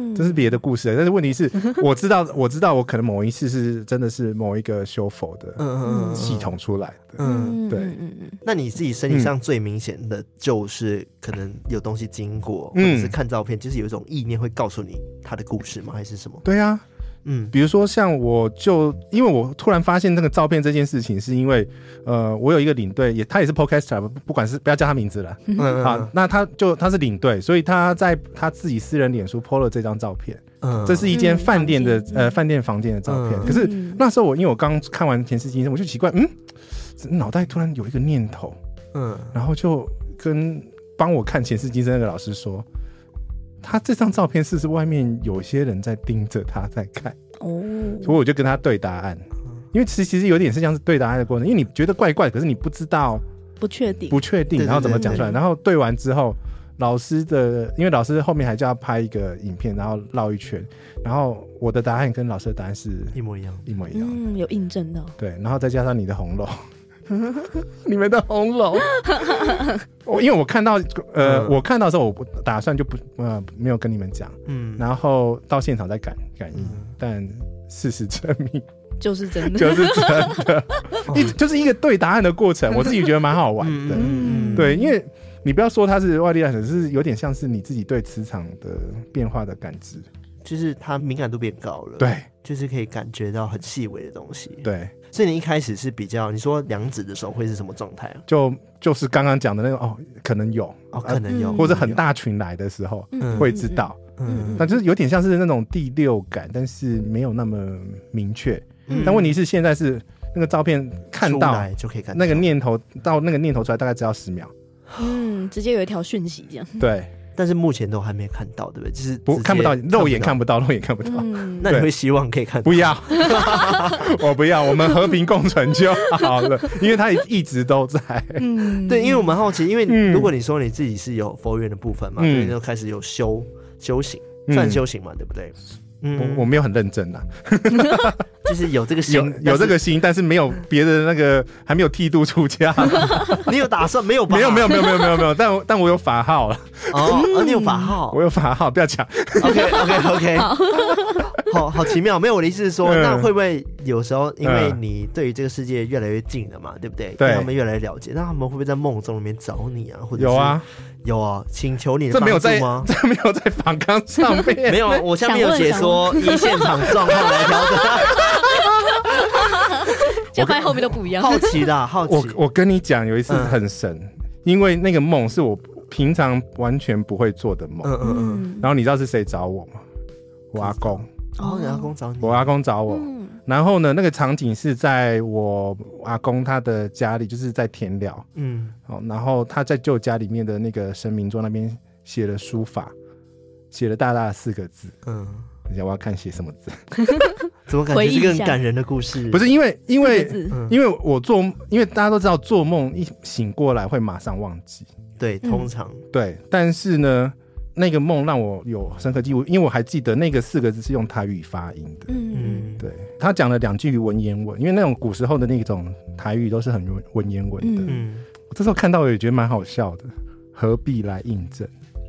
嗯，这是别的故事，但是问题是我知道我知道我可能某一次是真的是某一个修佛的系统出来的。嗯，对。 那你自己身体上最明显的就是可能有东西经过，嗯、或者是看照片，就是有一种意念会告诉你他的故事吗？还是什么？ 对啊。嗯，比如说像我就因为我突然发现那个照片这件事情，是因为呃，我有一个领队，也他也是 podcaster， 不管是不要叫他名字了，嗯，好，那他就他是领队，所以他在他自己私人脸书 po 了这张照片，嗯，这是一间饭店的、嗯、呃饭店房间的照片。嗯、可是那时候我因为我刚看完前世今生，我就奇怪，嗯，脑袋突然有一个念头，嗯，然后就跟帮我看前世今生那个老师说。他这张照片是不是外面有些人在盯着他在看？哦，所以我就跟他对答案，因为其实其实有点是像是对答案的过程，因为你觉得怪怪，可是你不知道， 不确定， 不确定，然后怎么讲出来？然后对完之后，老师的，因为老师后面还叫他拍一个影片，然后绕一圈，然后我的答案跟老师的答案是一模一样， 一模一样， 嗯，有印证的、哦。 对，然后再加上你的红楼。你们的红楼，因为我看到，呃，嗯、我看到的时候，我打算就不，呃，没有跟你们讲，嗯，然后到现场再感感应，嗯、但事实证明就是真的， 就是真的，一就是一个对答案的过程，我自己觉得蛮好玩的，嗯、对，因为你不要说它是外力量场，是有点像是你自己对磁场的变化的感知。 就是它敏感度变高了， 对， 就是可以感觉到很细微的东西， 对。 所以你一开始是比较，你说两指的时候会是什么状态啊？ 就就是刚刚讲的那个哦，可能有哦，可能有， 或者很大群来的时候、嗯、会知道，嗯，但就是有点像是那种第六感，但是没有那么明确。嗯、但问题是现在是那个照片看到出来就可以看到那个念头，到那个念头出来大概只要十秒， 嗯，直接有一条讯息这样， 对。 但是目前都还没看到，对不对？就是不看不到，肉眼看不到，肉眼看不到。 嗯、 那你会希望可以看到？ 不要，我不要，我们和平共存就好了。因为他一直都在。 嗯，对，因为我蛮好奇，因为如果你说你自己是有佛缘的部分嘛，嗯、所以就开始有修修行，算修行嘛，对不对？ 嗯，我我没有很认真啊， 就是有这个心， 有有这个心，但是没有别的那个，还没有剃度出家。 你有打算没有吧？ 没有没有没有没有没有没有，但但我有法号了。 哦，哦你有法号， 我有法号，不要讲。 OK OK OK， 好, 好好奇妙。没有，我的意思是说，嗯、那会不会有时候因为你对于这个世界越来越近了嘛，对不对？ 对， 他们越来越了解，那他们会不会在梦中里面找你啊？或者是有啊。 有啊，请求你的帮助吗？ 这没有在访纲上面。 没有，我下面有写说依现场状况来调整。 就发现后面都不一样。 好奇的，好奇。 我我跟你讲，有一次很神，嗯、因为那个梦是我平常完全不会做的梦。嗯嗯嗯。然后你知道是谁找我吗？我阿公。 哦，你阿公找你。 我阿公找我。嗯然后呢，那个场景是在我阿公他的家里，就是在田寮，嗯，好，然后他在旧家里面的那个神明桌那边写了书法，写了大大的四个字，嗯，等一下我要看写什么字， 怎么感觉是个很感人的故事？ 不是因为因为、嗯、因为我做，因为大家都知道做梦一醒过来会马上忘记， 对，通常、嗯、 对，但是呢。那个梦让我有深刻记忆，因为我还记得那个四个字是用台语发音的。嗯，对，他讲了两句文言文，因为那种古时候的那种台语都是很文言文的。嗯，我这时候看到我也觉得蛮好笑的，何必来印证？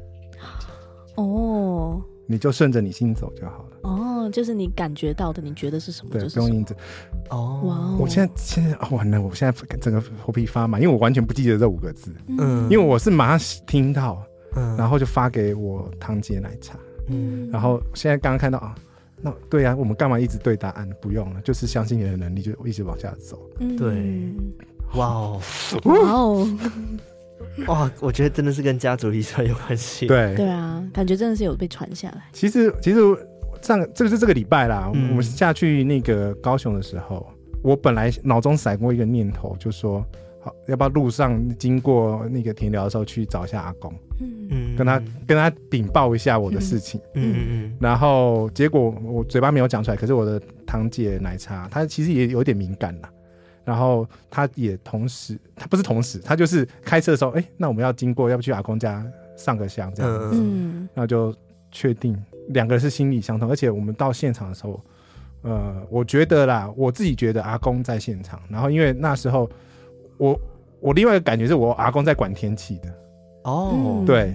哦，你就顺着你心走就好了。 哦，就是你感觉到的，你觉得是什么？ 对， 就是不用印证。哦，哇！我现在现在、哦、完了，我现在整个头皮发麻，因为我完全不记得这五个字。嗯，因为我是马上听到。嗯、然后就发给我堂姐奶茶，嗯，然后现在刚刚看到啊，那对啊，我们干嘛一直对答案？不用了，就是相信你的能力，就一直往下走。 嗯、对，哇哦， 哇哦， 哇，我觉得真的是跟家族遗传有关系。 对， 对啊，感觉真的是有被传下来。 其实，其实上这个是这个礼拜啦，嗯、我们下去那个高雄的时候，我本来脑中闪过一个念头，就说。好，要不要路上经过那个田寮的时候去找一下阿公，嗯，跟他跟他禀报一下我的事情，嗯嗯嗯，然后结果我嘴巴没有讲出来，可是我的堂姐奶茶她其实也有点敏感啦，然后她也同时，她不是同时，她就是开车的时候，哎、欸，那我们要经过，要不去阿公家上个香这样子，嗯，然后就确定两个人是心理相通，而且我们到现场的时候，呃，我觉得啦，我自己觉得阿公在现场，然后因为那时候。我我另外一个感觉是我阿公在管天气的哦，对，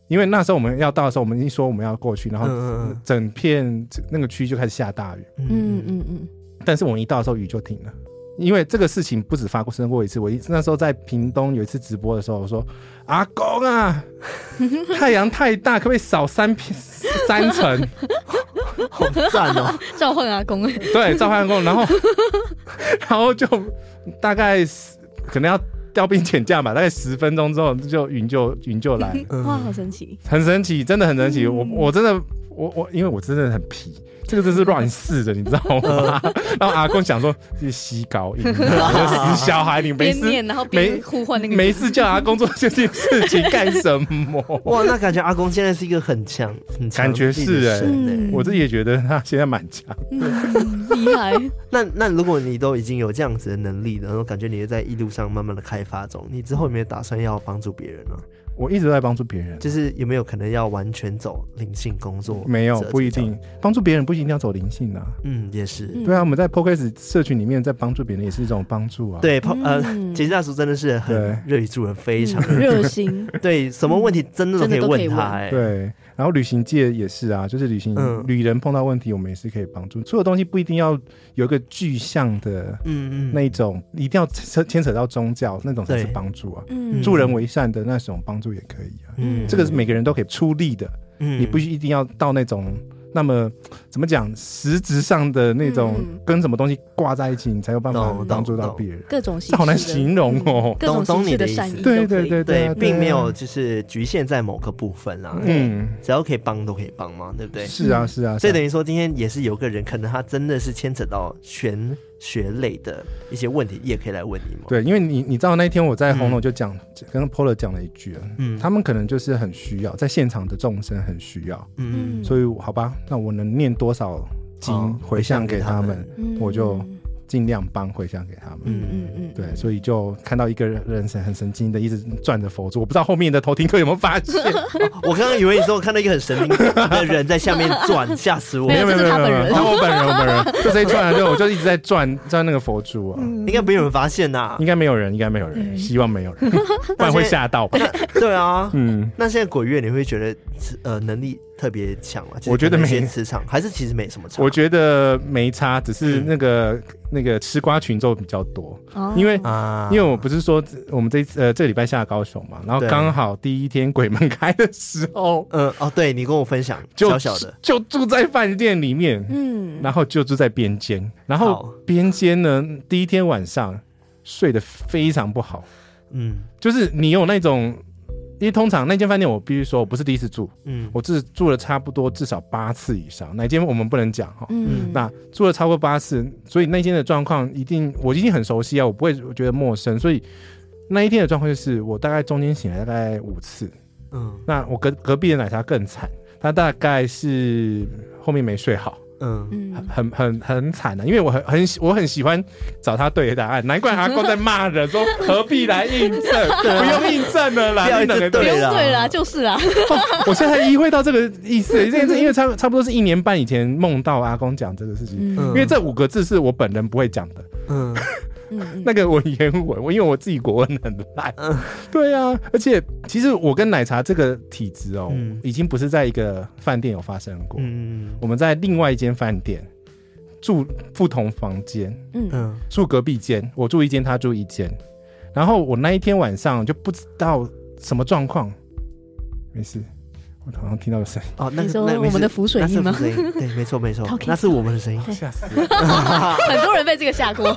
因为那时候我们要到的时候，我们已经说我们要过去，然后整片那个区就开始下大雨。嗯嗯嗯。但是我们一到的时候雨就停了，因为这个事情不止发生过一次。我那时候在屏东有一次直播的时候，我说：“阿公啊，太阳太大，可不可以少三片三层？” 好赞哦！ 召唤阿公， 对，召唤阿公，然后然后就大概可能要调兵遣将吧，大概十分钟之后就云就云就来了。 哇，好神奇， 很神奇，真的很神奇。嗯、我我真的我我因为我真的很皮。这个真是乱试的，你知道吗？然后阿公想说是吸高音，死小孩，你没事， 然后边呼唤那个， 没事叫阿公做这件事情干什么？ 哇，那感觉阿公现在是一个很强，很强感觉是哎、欸嗯，我自己也觉得他现在蛮强， 厉、嗯、害。 那那如果你都已经有这样子的能力了，然后感觉你在一路上慢慢的开发中，你之后有没有打算要帮助别人呢？ 我一直都在帮助别人， 就是有没有可能要完全走灵性工作？ 没有，不一定。帮助别人不一定要走灵性啊。 嗯，也是。 对啊，我们在 Podcast 社群里面在帮助别人也是一种帮助啊。 对，呃，杰西大叔真的是很乐于助人，非常热心。 对，什么问题真的都可以问他、欸。 对，然后旅行界也是啊，就是旅行、嗯、旅人碰到问题，我们也是可以帮助。所有东西不一定要有一个具象的，嗯嗯，那一种一定要牵扯到宗教那种才是帮助啊。嗯，助人为善的那种帮助也可以啊。嗯，这个是每个人都可以出力的。嗯，你不一定要到那种那么怎么讲实质上的那种跟什么东西挂在一起，你才有办法帮助到别人。 各种形式这好难形容哦， 各种形式的善意， 对对对对, 对，并没有就是局限在某个部分啦。嗯，只要可以帮都可以帮嘛，对不对？ 是啊是啊， 所以等于说今天也是有个人，可能他真的是牵扯到玄学类的一些问题，也可以来问你嘛。 对，因为你你知道那天我在红楼就讲、嗯、跟 Paula 讲了一句，嗯，他们可能就是很需要，在现场的众生很需要，嗯，所以好吧，那我能念多少经回向给他们，嗯、我就尽量帮回向给他们。嗯嗯嗯，对，所以就看到一个人很神经的一直转着佛珠，我不知道后面的偷听客有没有发现。 哦、我刚刚以为你说我看到一个很神经的人在下面转，吓死我！ 没有，这是他本人， 我本人，我本人就这一转，就我就一直在转转那个佛珠啊。 嗯、应该没有人发现呐、啊， 应该没有人，应该没有人，嗯、希望没有人，不然会吓到吧。 对啊，嗯，那现在鬼月你会觉得呃能力特别强吗？ 我觉得没磁场，还是其实没什么差。 我觉得没差，只是那个、嗯、那个吃瓜群众比较多，哦、因为、啊、因为我不是说我们这一次呃这个礼拜下高雄嘛，然后刚好第一天鬼门开的时候， 嗯哦，对你跟我分享小小的， 就住在饭店里面，嗯，然后就住在边间，然后边间呢第一天晚上睡得非常不好，嗯，就是你有那种。因为通常那间饭店我必须说我不是第一次住，嗯，我只住了差不多至少八次以上，哪间我们不能讲哈，嗯，那住了超过八次，所以那间的状况一定我已经很熟悉啊，我不会觉得陌生，所以那一天的状况就是我大概中间醒来大概五次，嗯，那我隔隔壁的奶茶更惨，他大概是后面没睡好。嗯，很很很惨的、啊，因为我很很我很喜欢找他对的答案，难怪阿公在骂人说何必来印证，不用印证了啦， 不要对对对啦，就是啦。 哦、我现在才意会到这个意思，因为因为差差不多是一年半以前梦到阿公讲这个事情、嗯，因为这五个字是我本人不会讲的，嗯。那个文言文，我因为我自己国文很烂，嗯、对啊，而且其实我跟奶茶这个体质哦、嗯，已经不是在一个饭店有发生过，嗯，我们在另外一间饭店住不同房间，嗯，住隔壁间，我住一间，他住一间，然后我那一天晚上就不知道什么状况，没事。我好像听到有声音哦，那是我们的浮水音吗？ 对，没错没错，那是我们的声音， 吓死了！ 很多人被这个吓过。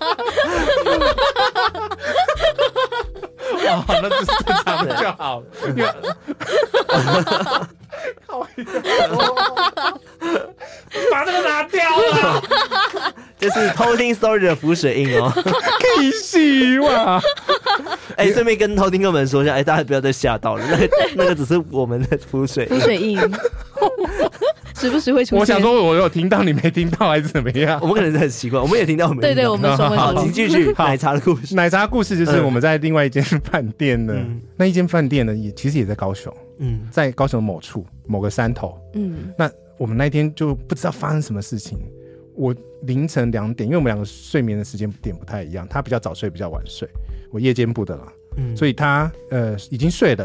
哦，那是正常的就好了。把这个拿掉了， 这是偷听 story 的浮水印哦， 可以洗哇！ 哎、欸，顺便跟偷听客们说一下，哎、欸，大家不要再吓到了，那个那个只是我们的浮水浮水印，时不时会出现。 我想说，我有听到，你没听到还是怎么样？ 我们可能是很习惯，我们也听到，我们对对，我们说好，请继续奶茶的故事。 奶茶的故事就是我们在另外一间饭店呢、嗯，那一间饭店呢，也其实也在高雄，嗯，在高雄的某处某个山头，嗯，那我们那一天就不知道发生什么事情。我凌晨两点，因为我们两个睡眠的时间点不太一样，他比较早睡，比较晚睡，我夜间部的啦，嗯，所以他呃已经睡了，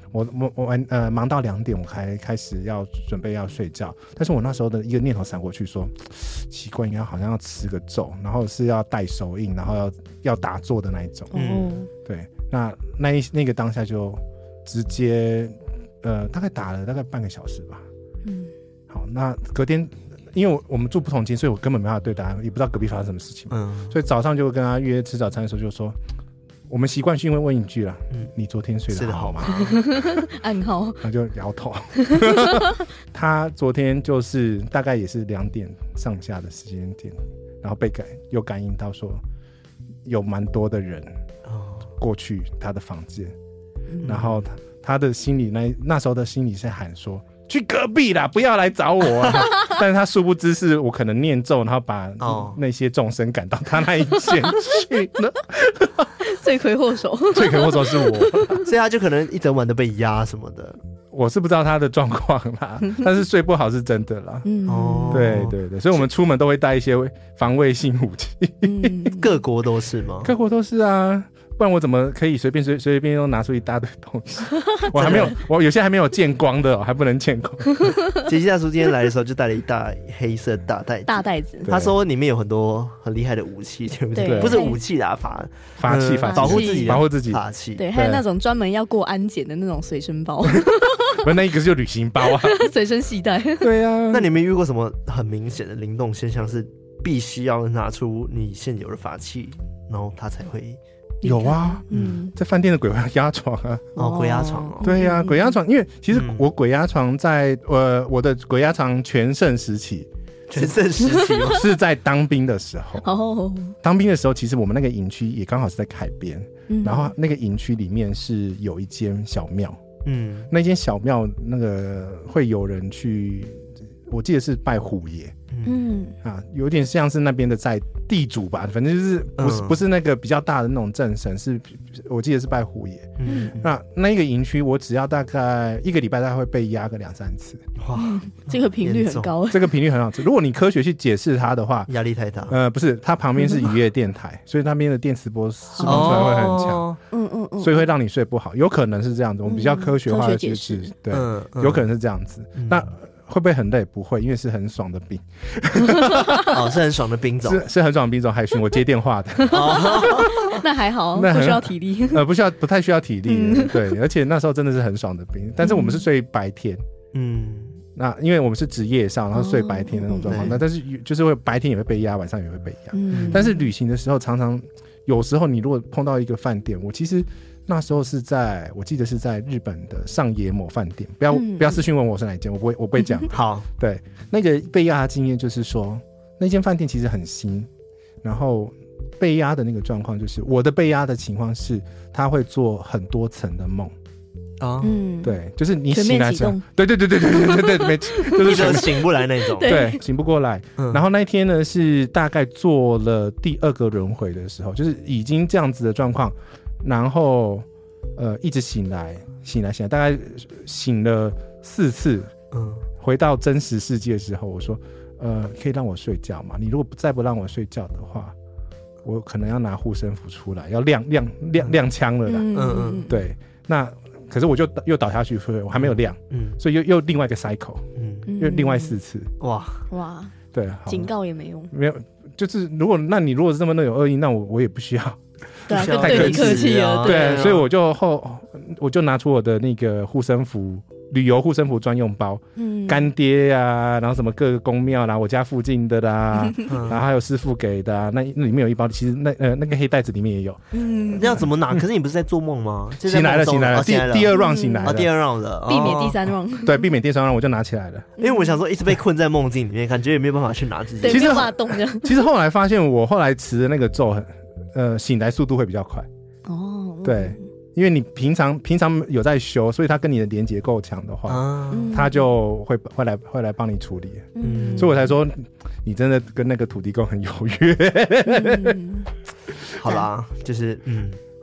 我我我玩呃忙到两点，我还开始要准备要睡觉。但是我那时候的一个念头闪过去说，奇怪，应该好像要持个咒，然后是要戴手印，然后要要打坐的那一种。嗯，对。那那一那个当下就直接呃大概打了大概半个小时吧。嗯，好，那隔天。因为 我, 我们住不同间，所以我根本没办法对答，也不知道隔壁发生什么事情。嗯，所以早上就跟他约吃早餐的时候，就说我们习惯性会问一句啦，嗯，你昨天睡得好吗？ 暗号， 他就摇头。他昨天就是大概也是两点上下的时间点，然后被感又感应到说有蛮多的人过去他的房间，嗯，然后 他, 他的心里 那, 那时候的心里是喊说。去隔壁啦，不要来找我啊！但是他殊不知是我可能念咒，然后把那些众生赶到他那一间去了。 罪魁祸首， 罪魁祸首是我， 所以他就可能一整晚都被压什么的。 我是不知道他的状况啦，但是睡不好是真的啦。嗯，对对对，所以我们出门都会带一些防卫性武器。 嗯，各国都是吗？ 各国都是啊。不然我怎么可以随便随随便便拿出一大堆东西？我还没有，我有些还没有见光的，哦，还不能见光。 杰西大叔今天来的时候就带了一大黑色大袋子， 大袋子。 他说里面有很多很厉害的武器，对不对？对，不是武器啦，法法器，法器， 保护自己， 保护自己法器。 对，还有那种专门要过安检的那种随身包。 不是，那一个就旅行包啊， 随身携带。 对啊。 那你没遇过什么很明显的灵动现象，是必须要拿出你现有的法器，然后他才会？ 有啊，嗯，在饭店的鬼压床啊， 哦，鬼压床，哦， 对啊，鬼压床，因为其实我鬼压床在呃我的鬼压床全盛时期， 全盛时期是在当兵的时候。 哦， 当兵的时候，其实我们那个营区也刚好是在海边，嗯，然后那个营区里面是有一间小庙，嗯，那间小庙那个会有人去，我记得是拜虎爷。嗯啊，有点像是那边的在地主吧，反正就是不是、嗯、不是那个比较大的那种正神，是我记得是拜虎爷。嗯，那那一个营区，我只要大概一个礼拜，大概会被压个两三次。 哇，这个频率很高， 这个频率很好吃。如果你科学去解释它的话， 压力太大。 呃，不是，它旁边是渔业电台，所以那边的电磁波释放出来会很强。嗯嗯嗯，所以会让你睡不好，有可能是这样子。我们比较科学化的解释，嗯、对、嗯嗯，有可能是这样子。嗯、那。会不会很累？不会，因为是很爽的兵。 哦，是很爽的兵种， 是是很爽的兵种，海巡我接电话的。 哦，那还好，那不需要体力。 呃，不需要，不太需要体力。嗯，对，而且那时候真的是很爽的兵，但是我们是睡白天。嗯，那因为我们是值夜哨，然后睡白天的那种状况，那、哦、但是就是会白天也会被压，晚上也会被压。嗯，但是旅行的时候，常常有时候你如果碰到一个饭店，我其实。那时候是在我记得是在日本的上野某饭店，不要、嗯、不要私讯问我是哪一间，我不会我不会讲。 好， 对，那个被压的经验就是说，那间饭店其实很新，然后被压的那个状况就是我的被压的情况是，他会做很多层的梦。啊，嗯，对，就是你醒来之后，对对对对对对对对，没， 就是醒不来那种， 对，醒不过来。嗯、然后那一天呢，是大概做了第二个轮回的时候，就是已经这样子的状况。然后，呃，一直醒来，醒来，醒来，大概醒了四次。嗯，回到真实世界之后，我说，呃，可以让我睡觉吗？你如果再不让我睡觉的话，我可能要拿护身符出来，要亮亮亮亮枪了啦。嗯嗯，对。那可是我就又倒下去，我还没有亮。嗯，所以又又另外一个 cycle。嗯，又另外四次。哇哇， 对， 警告也没用。 没有，就是如果那你如果是这么的有恶意，那我我也不需要。 对啊，就对你客气了。 对，对，所以我就后我就拿出我的那个护身符，旅游护身符专用包，嗯，干爹啊，然后什么各个宫庙啦，我家附近的啦，嗯、然后还有师傅给的、啊，那那里面有一包，其实那呃那个黑袋子里面也有。 嗯，那要怎么拿？可是你不是在做梦吗？ 醒来了，醒来了，第第二 round 醒来了， 第二 round 了， 避免第三 round。 对，避免第三 round 我就拿起来了， 因为我想说一直被困在梦境里面，感觉也没有办法去拿自己， 对，没有办法动的。 其实后来发现，我后来持的那个咒很。呃，醒来速度会比较快哦。对，因为你平常平常有在修，所以他跟你的连结够强的话，啊、他就会会来会来帮你处理。嗯，所以我才说你真的跟那个土地公很有约。 嗯、好啦，就是嗯。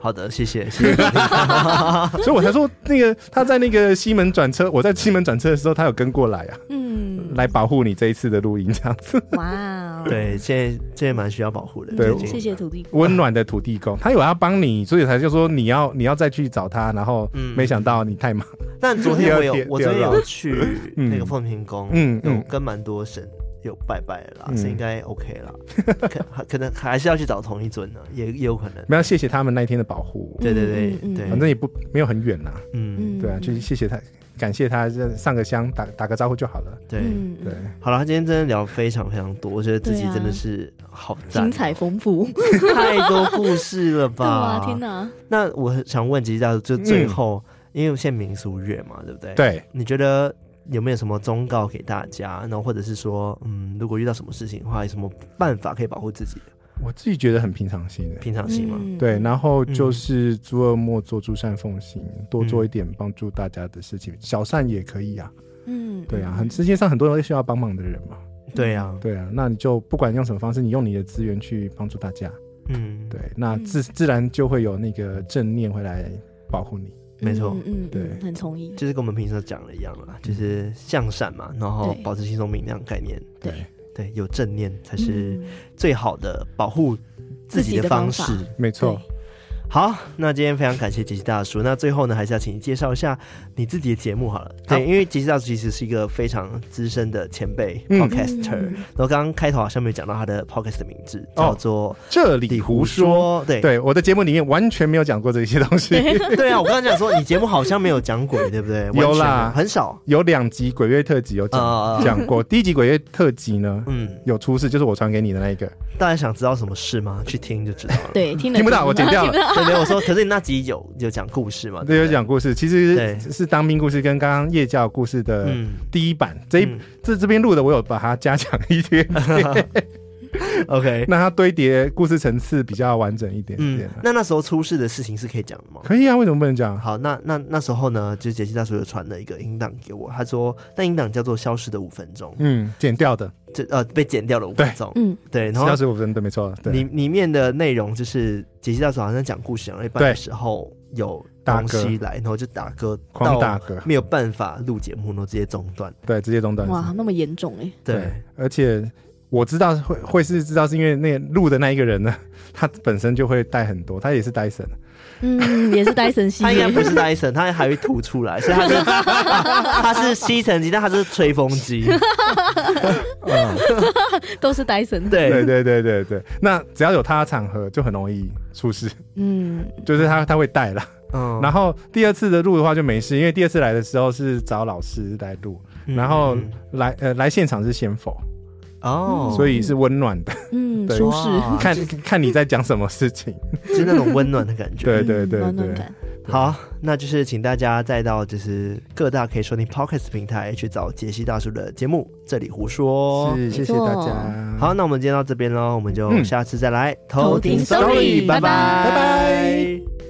好的，谢谢谢谢。 所以我才说那个他在那个西门转车，我在西门转车的时候，他有跟过来啊，嗯，来保护你这一次的录音这样子。 哇， 对，现在现在蛮需要保护的。 对， 谢谢土地公， 温暖的土地公，他有要帮你，所以才就说你要你要再去找他，然后没想到你太忙。 但昨天我有我昨天有去那个奉天宫，嗯，有跟蛮多神有拜拜了啦，是应该 OK 啦。可可能还是要去找同一尊呢，也也有可能。 没有，谢谢他们那一天的保护。 对对对对， 反正也不没有很远啦。嗯，对啊，就是谢谢他。感谢他上个香打打个招呼就好了。 对对，好了，他今天真的聊非常非常多，我觉得自己真的是好赞， 精彩丰富， 太多故事了吧？ 对啊，天哪！ 那我想问吉大，就最后，嗯、因为现在民俗月嘛，对不对？ 对， 你觉得有没有什么忠告给大家？然后或者是说，嗯，如果遇到什么事情的话，有什么办法可以保护自己的？ 我自己觉得很平常心的， 平常心嘛、嗯， 对。然后就是诸恶莫作，诸善奉行，嗯、多做一点帮助大家的事情，嗯、小善也可以啊。嗯，对啊，很世界上很多人需要帮忙的人嘛。 对啊， 对啊，那你就不管用什么方式，你用你的资源去帮助大家。嗯，对，那自自然就会有那个正念会来保护你。 没错， 嗯， 对， 很同意， 就是跟我们平时讲的一样啦，就是向善嘛，然后保持心中明亮概念。 对。 对，有正念才是最好的保护自己的方式。 嗯、 没错。 好，那今天非常感谢杰西大叔。那最后呢，还是要请你介绍一下你自己的节目好了。好对，因为杰西大叔其实是一个非常资深的前辈、嗯、podcaster、嗯。然后刚刚开头好像没有讲到他的 podcast 的名字，叫做、 哦、这里胡说。 对对，我的节目里面完全没有讲过这些东西。 对啊，我刚刚讲说你节目好像没有讲鬼，对不对？ 有啦， 很少。 有两集鬼月特辑有讲、呃、讲过。第一集鬼月特辑呢，嗯，有出事，就是我传给你的那一个。 大家想知道什么事吗？去听就知道了。 对，听听不到，我剪掉了。 对，没有我说，可是你那集有有讲故事嘛？ 对，有讲故事，其实是当兵故事跟刚刚夜教故事的第一版。嗯、这一、嗯、这这边录的，我有把它加强一点点。OK， 那它堆叠故事层次比较完整一点点、 嗯。那那时候出事的事情是可以讲的吗？ 可以啊，为什么不能讲？ 好，那那那时候呢，就是杰西大叔有传了一个音档给我，他说那音档叫做《消失的五分钟》， 嗯，剪掉的， 这呃被剪掉了五分钟，嗯，对，然后消失五分钟，对，没错，对， 里里面的内容就是杰西大叔好像讲故事讲到一半的时候有东西来，然后就打歌， 狂打歌， 没有办法录节目，然后直接中断， 对，直接中断， 哇，那么严重哎， 对， 对，而且。我知道会会是知道是因为那录的那一个人呢，他本身就会带很多，他也是戴森， 嗯，也是戴森系列， 他应该不是戴森，他还会吐出来，所以他是他是吸尘机，但他是吹风机， 嗯、都是戴森， 对对对对对对，那只要有他的场合就很容易出事，嗯，就是他他会带啦。嗯，然后第二次的录的话就没事，因为第二次来的时候是找老师来录，嗯、然后来呃来现场是先否。哦，所以是温暖的， 嗯，舒适。 看看你在讲什么事情， 是那种温暖的感觉。 对对对对， 温暖感。 好，那就是请大家再到就是各大可以收听 Podcast 平台去找杰西大叔的节目，这里胡说。 是，谢谢大家。 好，那我们今天到这边咯，我们就下次再来、嗯、 偷听 Story， 拜拜， 拜拜。